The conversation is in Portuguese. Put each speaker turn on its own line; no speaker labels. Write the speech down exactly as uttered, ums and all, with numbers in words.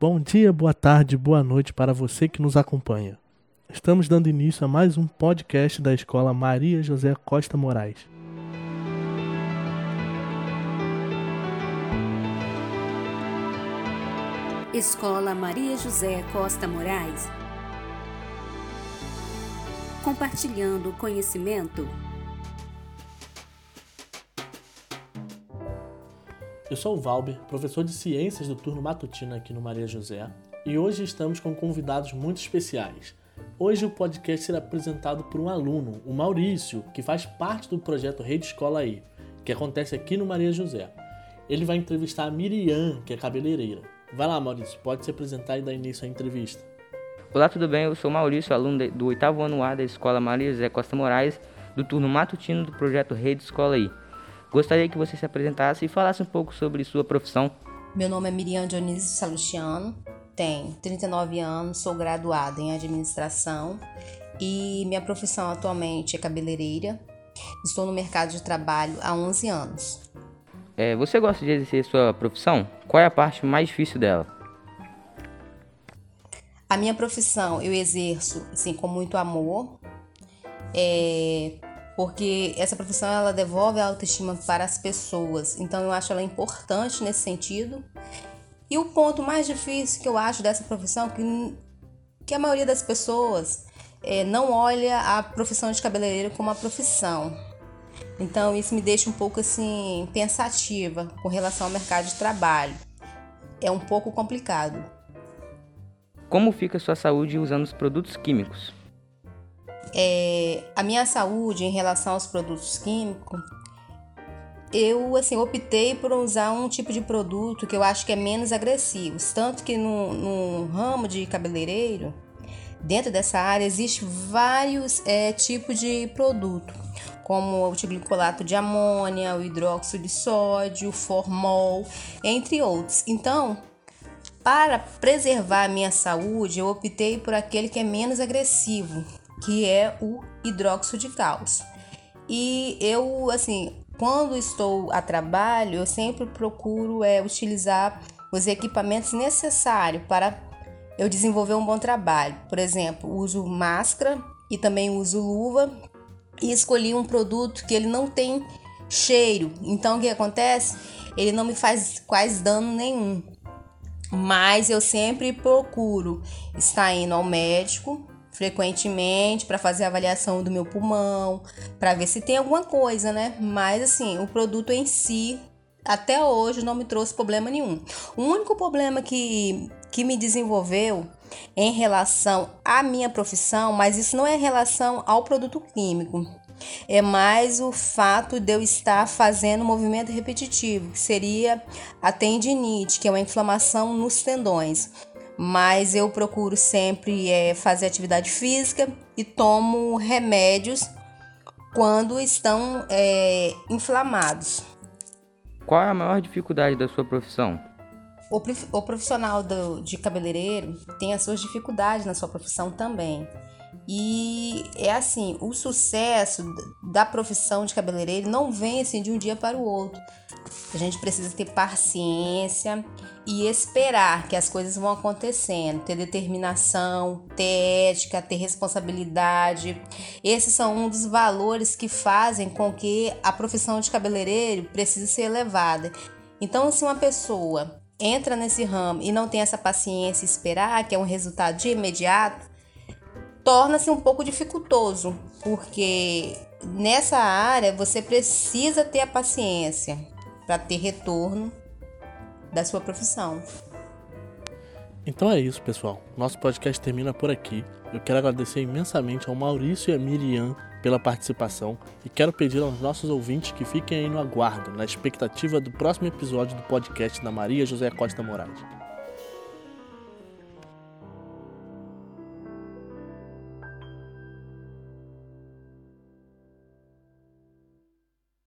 Bom dia, boa tarde, boa noite para você que nos acompanha. Estamos dando início a mais um podcast da Escola Maria José Costa Moraes.
Escola Maria José Costa Moraes. Compartilhando conhecimento.
Eu sou o Valber, professor de Ciências do turno matutino aqui no Maria José, e hoje estamos com convidados muito especiais. Hoje o podcast será apresentado por um aluno, o Maurício, que faz parte do projeto Rede Escola Aí, que acontece aqui no Maria José. Ele vai entrevistar a Miriam, que é cabeleireira. Vai lá, Maurício, pode se apresentar e dar início à entrevista.
Olá, tudo bem? Eu sou Maurício, aluno do oitavo ano A da Escola Maria José Costa Moraes, do turno matutino do projeto Rede Escola Aí. Gostaria que você se apresentasse e falasse um pouco sobre sua profissão.
Meu nome é Miriam Dionísio Salustiano, tenho trinta e nove anos, sou graduada em administração e minha profissão atualmente é cabeleireira. Estou no mercado de trabalho há onze anos.
É, você gosta de exercer sua profissão? Qual é a parte mais difícil dela?
A minha profissão eu exerço assim, com muito amor, é, porque essa profissão ela devolve a autoestima para as pessoas, então eu acho ela importante nesse sentido. E o ponto mais difícil que eu acho dessa profissão é que, que a maioria das pessoas é, não olha a profissão de cabeleireiro como uma profissão. Então isso me deixa um pouco assim pensativa com relação ao mercado de trabalho. É um pouco complicado.
Como fica a sua saúde usando os produtos químicos?
É, a minha saúde em relação aos produtos químicos, eu assim, optei por usar um tipo de produto que eu acho que é menos agressivo. Tanto que no, no ramo de cabeleireiro, dentro dessa área, existem vários é, tipos de produto, como o glicolato de amônia, o hidróxido de sódio, o formol, entre outros. Então, para preservar a minha saúde, eu optei por aquele que é menos agressivo, que é o hidróxido de cálcio. E eu, assim, quando estou a trabalho, eu sempre procuro é, utilizar os equipamentos necessários para eu desenvolver um bom trabalho. Por exemplo, uso máscara e também uso luva e escolhi um produto que ele não tem cheiro. Então, o que acontece? Ele não me faz quase dano nenhum. Mas eu sempre procuro estar indo ao médico frequentemente para fazer a avaliação do meu pulmão, para ver se tem alguma coisa, né? Mas assim, o produto em si, até hoje, não me trouxe problema nenhum. O único problema que, que me desenvolveu em relação à minha profissão, mas isso não é em relação ao produto químico, é mais o fato de eu estar fazendo um movimento repetitivo, que seria a tendinite, que é uma inflamação nos tendões. Mas eu procuro sempre é, fazer atividade física e tomo remédios quando estão é, inflamados.
Qual é a maior dificuldade da sua profissão?
O profissional do, de cabeleireiro tem as suas dificuldades na sua profissão também. E é assim, o sucesso da profissão de cabeleireiro não vem assim de um dia para o outro. A gente precisa ter paciência e esperar que as coisas vão acontecendo, ter determinação, ter ética, ter responsabilidade. Esses são um dos valores que fazem com que a profissão de cabeleireiro precise ser elevada. Então, se uma pessoa entra nesse ramo e não tem essa paciência e esperar, que é um resultado de imediato, torna-se um pouco dificultoso, porque nessa área você precisa ter a paciência para ter retorno da sua profissão.
Então é isso, pessoal. Nosso podcast termina por aqui. Eu quero agradecer imensamente ao Maurício e a Miriam pela participação e quero pedir aos nossos ouvintes que fiquem aí no aguardo, na expectativa do próximo episódio do podcast da Maria José Costa Moraes.